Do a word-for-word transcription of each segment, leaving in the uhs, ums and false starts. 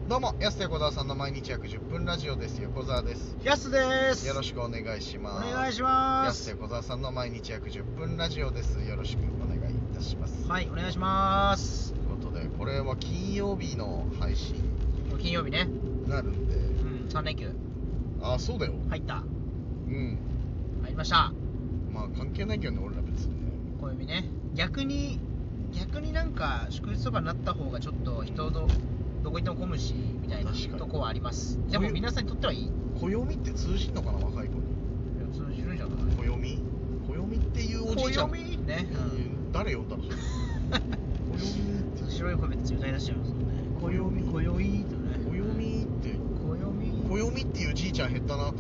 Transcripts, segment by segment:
どうも、安手横澤さんの毎日約じゅっぷんラジオです。横澤です。 やすです。 よろしくお願いします。 お願いします。 安手横澤さんの毎日約じゅっぷんラジオです。よろしくお願いいたします。 はい、お願いします。 ということで、これは金曜日の配信金曜日ね。 になるんで、 うん、さん連休あ、そうだよ。 入った。 うん。 入りました。 まあ関係ないけどね、俺ら別にね。 暦ね。逆に逆になんか祝日とかになった方がちょっと人どどこ行っても混むしみたいなとこはあります。でも皆さんにとってはいい。 暦って通じんのかな、若い子に。 いや通じるんじゃない。 暦暦っていうおじいちゃん。 暦ね。 うん、誰呼んだのそれ。暦って白い声めっちゃ歌い出しちゃいますもんね。暦暦とね。 暦って暦暦っていうじいちゃん減ったなと思って。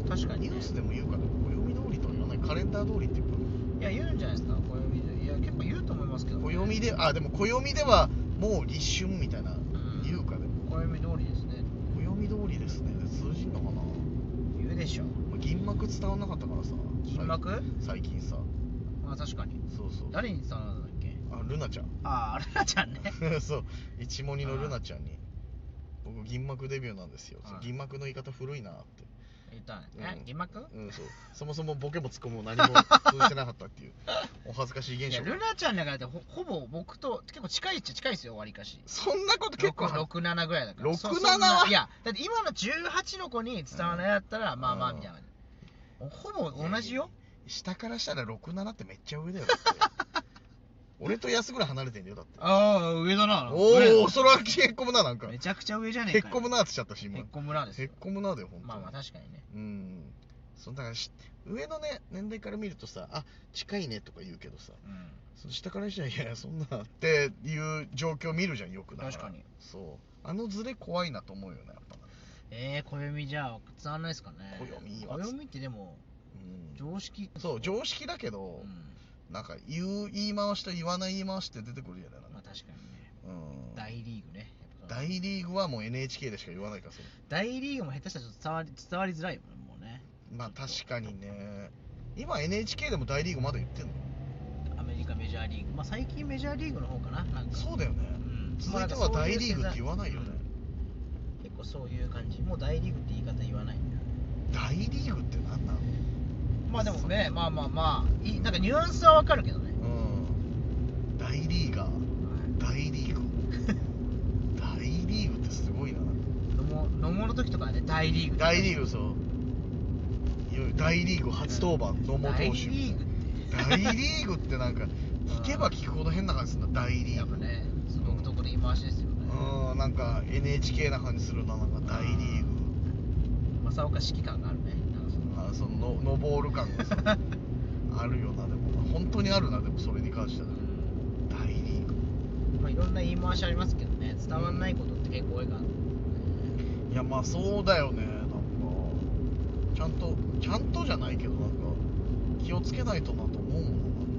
確かに、ね、 ニュースでも言うかな。暦通りとは言わない。カレンダー通りっていうか。 いや言うんじゃないですか。暦でいや結構言うと思いますけど、ね。 暦であでも暦ではもう立春みたいな、うん、言うかでも。 暦通りですね。 暦通りですね。で通じんのかな。 言うでしょ。 銀幕伝わんなかったからさ。 銀幕？ 最近さ。 あ確かに。 そうそう。 誰に伝わるんだっけ？ あルナちゃん。 あルナちゃんね。 そう一モニのルナちゃんに。僕銀幕デビューなんですよ。銀幕の言い方古いなって。 言ったね。え、銀幕？ うん、そう。そもそもボケもツッコミも何も通じてなかったっていうお恥ずかしい現象。 ルナちゃんだからってほほぼ僕と結構近いっちゃ近いですよ、わりかし。 そんなこと結構ろく、ななぐらいだから。 ろく、ななは？ いや、だって今のじゅうはちの子に伝わらないだったら、うん、まあまあみたいな。ほぼ同じよ。 下からしたらろく、ななってめっちゃ上だよ。俺と安ぐらい離れてんだよだって。 ああ上だな。 おおそれはへっこむななんか。 めちゃくちゃ上じゃねえか。 へっこむなってしちゃったし今。 へっこむなです。 へっこむなだよ本当に。 まあまあ確かにね。 うん。そのだから上のね年代から見るとさあ近いねとか言うけどさ、うん、その下からしたらいやそんなっていう状況を見るじゃんよくだから。 確かに。 そうあのズレ怖いなと思うよねやっぱ。 えー、暦じゃあ伝わんないですかね。 暦は暦ってでも、うん、常識。 そう常識だけど、うん、なんか言う言い回しと言わない言い回しって出てくるじゃない。 まあ確かにね。 うん。大リーグね。 大リーグはもう エヌエイチケー でしか言わないからそれ。 大リーグも下手したらちょっと伝わり伝わりづらいもんもうね。 まあ確かにね。今 エヌエイチケー でも大リーグまだ言ってんの？ アメリカメジャーリーグ。まあ最近メジャーリーグの方かな。なんかそうだよね。うん、続いては大リーグって言わないよね。 うん、結構そういう感じ。もう大リーグって言い方言わないんだよね。 大リーグって何なの？ まあでもね、まあまあまあいなんかニュアンスはわかるけどね。 うん。大リーガー、はい、大リーグ。大リーグってすごいな。 野茂の時とかね大リーグ。 大リーグそう。大リーグ初登板、野茂投手。大リーグって大リーグってなんか聞けば聞くほど変な感じするんだ。大リーグやっぱね独特の言い回しですよね。 うんなんか エヌエイチケー な感じするな。なんか大リーグ正岡指揮官があるね。 なんかそのあそのノボール感がさあるよな。でも本当にあるな。でもそれに関しては大リーグまあいろんな言い回しありますけどね伝わんないことって結構多いから、ね、 いやまあそうだよね。なんかちゃんとちゃんとじゃないけどなんか気をつけないとなと思うもんな。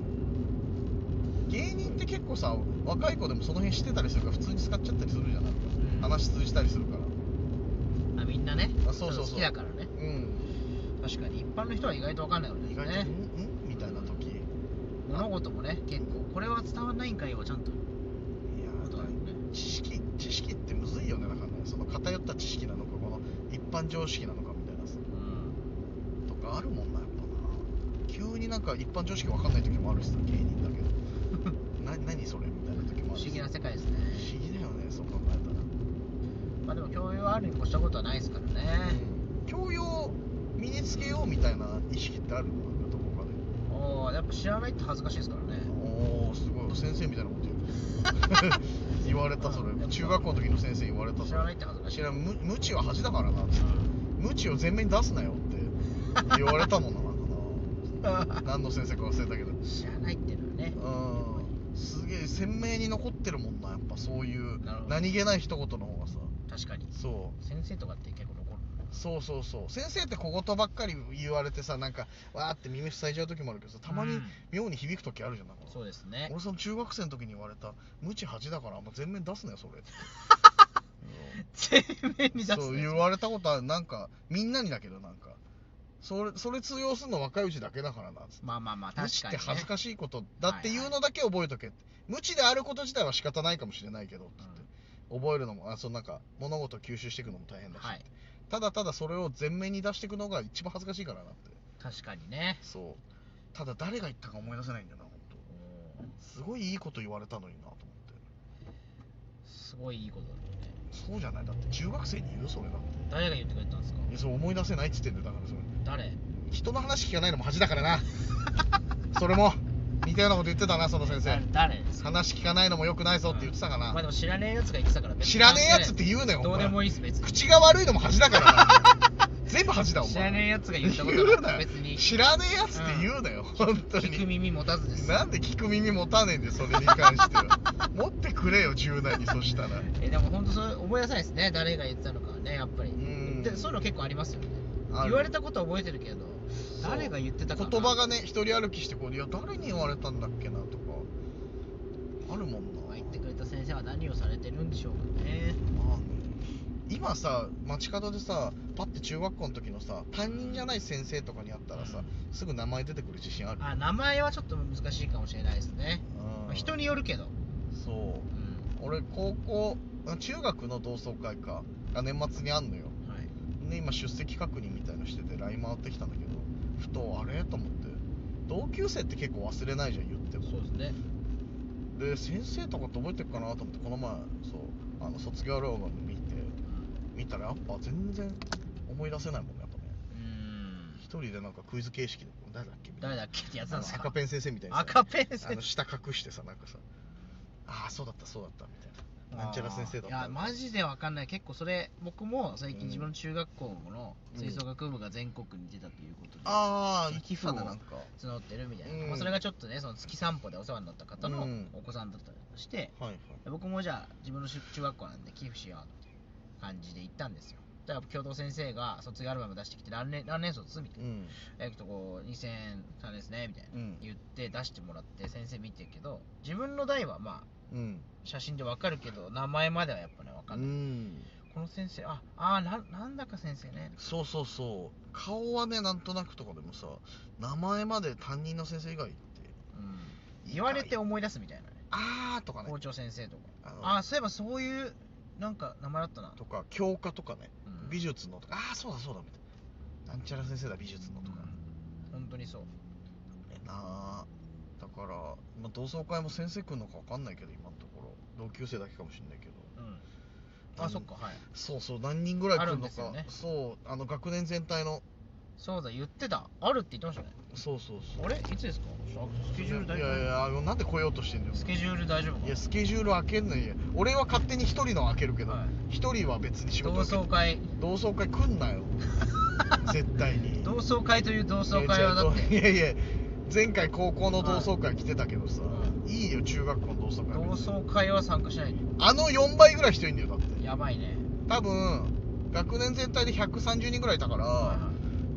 芸人って結構さ若い子でもその辺知ってたりするから普通に使っちゃったりするじゃん。なんか、うん、話通じたりするからあみんなね。 あそうそうそう好きだからね。うん確かに一般の人は意外と分かんないよね。 意外とんんみたいな時物事もね結構これは伝わんないんかいをちゃんと。いやー、ね、知識知識ってむずいよね。だからねその偏った知識なのかこの一般常識なのかみたいなさ、うん、とかあるもんなやっぱな。急になんか一般常識わかんない時もあるしさ芸人だけどな何それみたいな時もあるし。 不思議な世界ですね。 不思議だよねそう考えたら。 まあでも教養あるに越したことはないですからね、 うん、教養身につけようみたいな意識ってあるの？なんかどこかで。 おおやっぱ知らないって恥ずかしいですからね。 おおすごい先生みたいなこと言う言われたそれ中学校の時の先生言われたそれ。 知らないって恥ずかしい。 知らん無無知は恥だからなっつって、うん、無知を前面に出すなよって言われたもんな。なんかな何の先生か忘れたけど知らないっていうのはねうんすげえ鮮明に残ってるもんなやっぱそういう何気ない一言の方がさ。 確かにそう先生とかって結構残る。 そうそうそう先生って小言ばっかり言われてさなんかわーって耳塞いじゃう時もあるけどさたまに妙に響く時あるじゃん。なんかそうですね。 俺その中学生の時に言われた無知恥だからもう全面出すなよそれって全面に出すそう言われたことはなんかみんなにだけどなんかそれそれ通用するの若いうちだけだからなっつって。 まあまあまあ確かに、ね、 無知って恥ずかしいことだっていうのだけ覚えとけって、はいはい、無知であること自体は仕方ないかもしれないけどっつって、 覚えるのもあそのなんか物事を吸収していくのも大変だし、 はい、 ただただそれを前面に出していくのが一番恥ずかしいからなって。 確かにね。 そうただ誰が言ったか思い出せないんだよな、本当。すごいいいこと言われたのになと思って。 すごいいいことだね。 そうじゃない、だって中学生に言うそれだって。 誰が言ってくれたんですか。 いやそう思い出せないっつってんだよ、だからそれ。 誰。 人の話聞かないのも恥だからなそれも似たようなこと言ってたな、その先生。 誰ですか。 話聞かないのも良くないぞって言ってたかな、 まあでも知らねえやつが言ってたから別に知らねえやつって言うなよ。 どうでもいいっす別に。 口が悪いのも恥だからな全部恥だお前。 知らねえやつが言ったことだから別に。 知らねえやつって言うなよ、うん、本当に。 聞く耳持たずです。 なんで聞く耳持たねえんで、それに関しては持ってくれよ柔軟に。そしたらえでも本当そう思い出せないですね、誰が言ってたのかはね、やっぱり。 うんでそういうの結構ありますよね。言われたことは覚えてるけど誰が言ってたかな。 言葉がね、一人歩きしてこう、いや誰に言われたんだっけなとかあるもんな。 言ってくれた先生は何をされてるんでしょうかね。 まあね、今さ街角でさパッて中学校の時のさ担任じゃない先生とかに会ったらさ、うん、すぐ名前出てくる自信ある。 あ、名前はちょっと難しいかもしれないですね、うんまあ、人によるけど。 そう、うん、俺高校中学の同窓会かが年末にあんのよ、はい、で今出席確認みたいのしてて ライン 回ってきたんだけど、ふとあれと思って、同級生って結構忘れないじゃん言っても。 そうですね。 で先生とかって覚えてるかなと思ってこの前そうあの卒業アルバム見て見たらやっぱ全然思い出せないもんね、やっぱね。うーん、一人でなんかクイズ形式で誰だっけみたいな、 誰だっけってやつなんですか。 赤ペン先生みたいな。 赤ペン先生あの下隠してさ、なんかさ、ああそうだったそうだったみたいな、なんちゃら先生だった。 いやマジでわかんない。結構それ僕も最近自分の中学校の吹奏楽部が全国に出たということで、うん、 ああ寄付を募ってるみたいな、うんまあ、それがちょっとねその月散歩でお世話になった方のお子さんだったりして、うんはいはい、僕もじゃあ自分の中学校なんで寄付しようっていう感じで行ったんですよ。だから教頭先生が卒業アルバム出してきて何年何年卒みたいな、うん、えっとこうにせんさんねんですねみたいな、うん、言って出してもらって先生見てるけど、自分の代はまあ、うん、写真でわかるけど名前まではやっぱねわかんない、うん、この先生ああ な, なんだか先生ね。 そうそうそう、顔はねなんとなくとかでもさ名前まで担任の先生以外って、 うん、言われて思い出すみたいなね。 あーとかね、 校長先生とかああそういえばそういうなんか名前だったなとか、教科とかね、うん、美術のとか、ああそうだそうだみたいな、なんちゃら先生だ美術のとか、 うん、本当にそうえなあ。だから、まあ、同窓会も先生来るのか分かんないけど今のところ同級生だけかもしれないけど、 うん、あそっかはいそうそう何人ぐらい来るのか、ね、そうあの学年全体の。 そうだ言ってた、あるって言ってましたね。 そうそうそう。 あれいつですか。スケジュール大丈夫。 いやいやあのなんで来ようとしてんだよ。 スケジュール大丈夫か。 いやスケジュール開けんのに俺は勝手に一人の開けるけど一、はい、人は別に仕事。 同窓会同窓会来んなよ絶対に。 同窓会という同窓会はだっていやいや前回高校の同窓会来てたけどさ、はい、いいよ中学校の同窓会。 同窓会は参加しないで。 あのよんばいぐらい人いんだよだって。 やばいね。 多分学年全体でひゃくさんじゅうにんぐらいいたから、はい、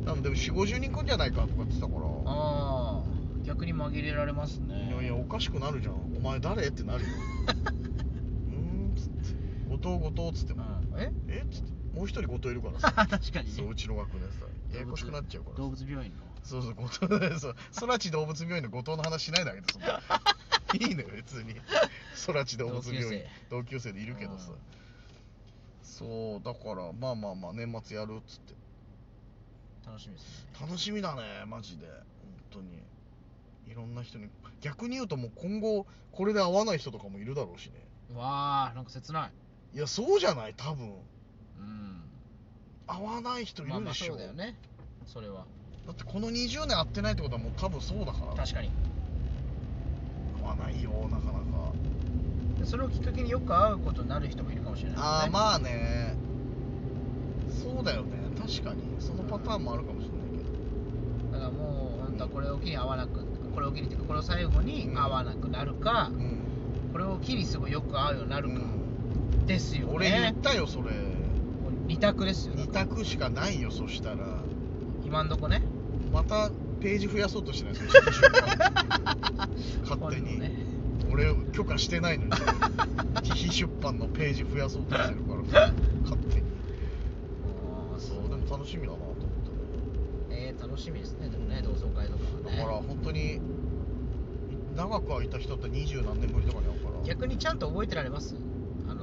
多分でもよんじゅうごじゅうにん来んじゃないかとか言ってたから。 ああ逆に紛れられますね。 いやいやおかしくなるじゃん、お前誰ってなるようーんつって後藤後藤っつっても、うん、ええっつってもう一人後藤いるからさ確かに、ね、 そううちの学年さややこしくなっちゃうから。 動物病院のそうそう後藤そう空知動物病院の後藤の話しないであげてそんないいのよ別に空知動物病院同級生でいるけどさ、うん、そうだからまあまあまあ年末やるっつって楽しみですね。 楽しみだねマジで本当に。いろんな人に逆に言うともう今後これで会わない人とかもいるだろうしね。 わあなんか切ない。 いやそうじゃない多分、うんん会わない人いるでしょ。まあまあそうだよねそれは。 だってこのにじゅうねん会ってないってことはもう多分そうだから。 確かに会わないよなかなか。 それをきっかけによく会うことになる人もいるかもしれない、ね、 ああまあねそうだよね確かにそのパターンもあるかもしれないけど、 だからもう本当はこれを機に会わなくこれを機にっていうかこれを最後に会わなくなるか、うん、これを機にすごいよく会うようになるか、うん、ですよね。 俺言ったよそれ。 に択ですよ。 に択しかないよそしたら。 今んとこね。 またページ増やそうとしてないですか勝手に、ね、俺許可してないのに自費出版のページ増やそうとしてるから勝手に。あそうでも楽しみだなと思ってね。 えー、楽しみですねでもね同窓会とかはね。 だから本当に長く空いた人って二十何年ぶりとかに会うから。 逆にちゃんと覚えてられますあのその顔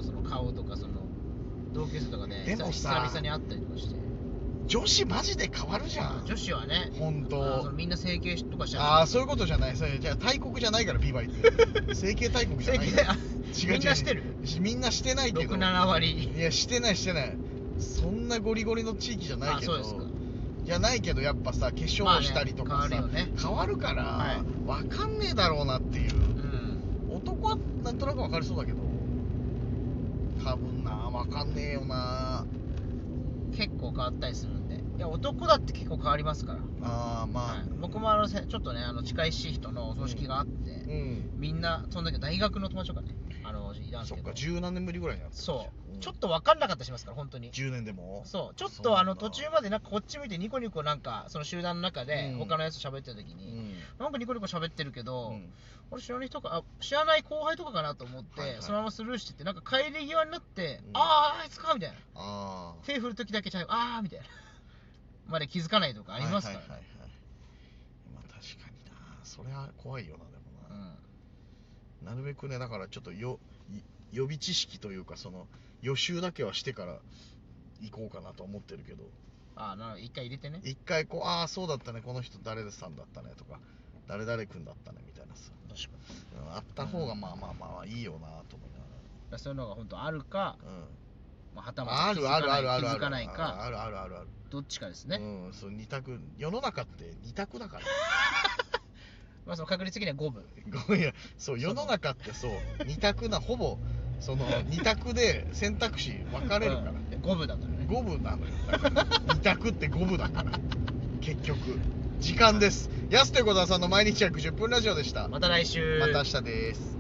顔とかその同級生とかで、 でもさ久々に会ったりとかして。 女子マジで変わるじゃん。 女子はね、 本当。 そのみんな整形とかしちゃう。 ああ、そういうことじゃない。それじゃあ大国じゃないからビバイって整形大国じゃない。 整形あ違う違う、 みんなしてる。 みんなしてないけど。 ろく、ななわり。 いや、してないしてない。そんなゴリゴリの地域じゃないけど。 あ、そうですか。 じゃないけど、やっぱさ、化粧したりとかさ、 まあね、変わるよね。 変わるから、はい、分かんねえだろうなっていう、うん、男はなんとなく分かりそうだけど、多分な、分かんねえよな。 結構変わったりするんで。いや、男だって結構変わりますから。 ああ、まあ、はい、 僕もあのちょっとね、あの近いしい人のお葬式があって、うんうん、みんなその時大学の友達とかね、あのいたんですけど、 そっか、十何年ぶりぐらいになった。 そう、うん、ちょっと分かんなかったりしますから、本当に。 じゅうねんでも。 そう、ちょっとあの途中までなんかこっち見てニコニコなんかその集団の中で他のやつ喋ってる時に、うん、なんかニコニコ喋ってるけど、うん、俺知らない人か、あ、知らない後輩とかかなと思って、はいはい、そのままスルーしてて、なんか帰り際になって、うん、あーあいつかみたいな、あ手振る時だけちゃう、あーみたいなまで気づかないとかありますからね。はいはいはいはい、 まあ確かにな、それは怖いよな。でもな、うん、なるべくね、だからちょっとよ予備知識というか、その予習だけはしてから行こうかなと思ってるけど。 ああ、なるほど、一回入れてね。 一回こう、ああそうだったね、この人誰さんだったねとか、誰々君だったねみたいなさ、確かに、うん、あった方がまあまあまあいいよなと思いながら。 そういうのが本当あるか、うん、まあ、はたまた気づかない、 気づかないか、 あるあるあるある、 どっちかですね。 うん、そう、二択、世の中って二択だからまあその確率的には五分。 いや、そう、世の中ってそう二択な、ほぼその二択で選択肢分かれるから、うん、 五分だからね。 五分なのよ。だから二択って五分だから結局。時間です。やすということはさんの毎日約じゅっぷんラジオでした。 また来週。 また明日です。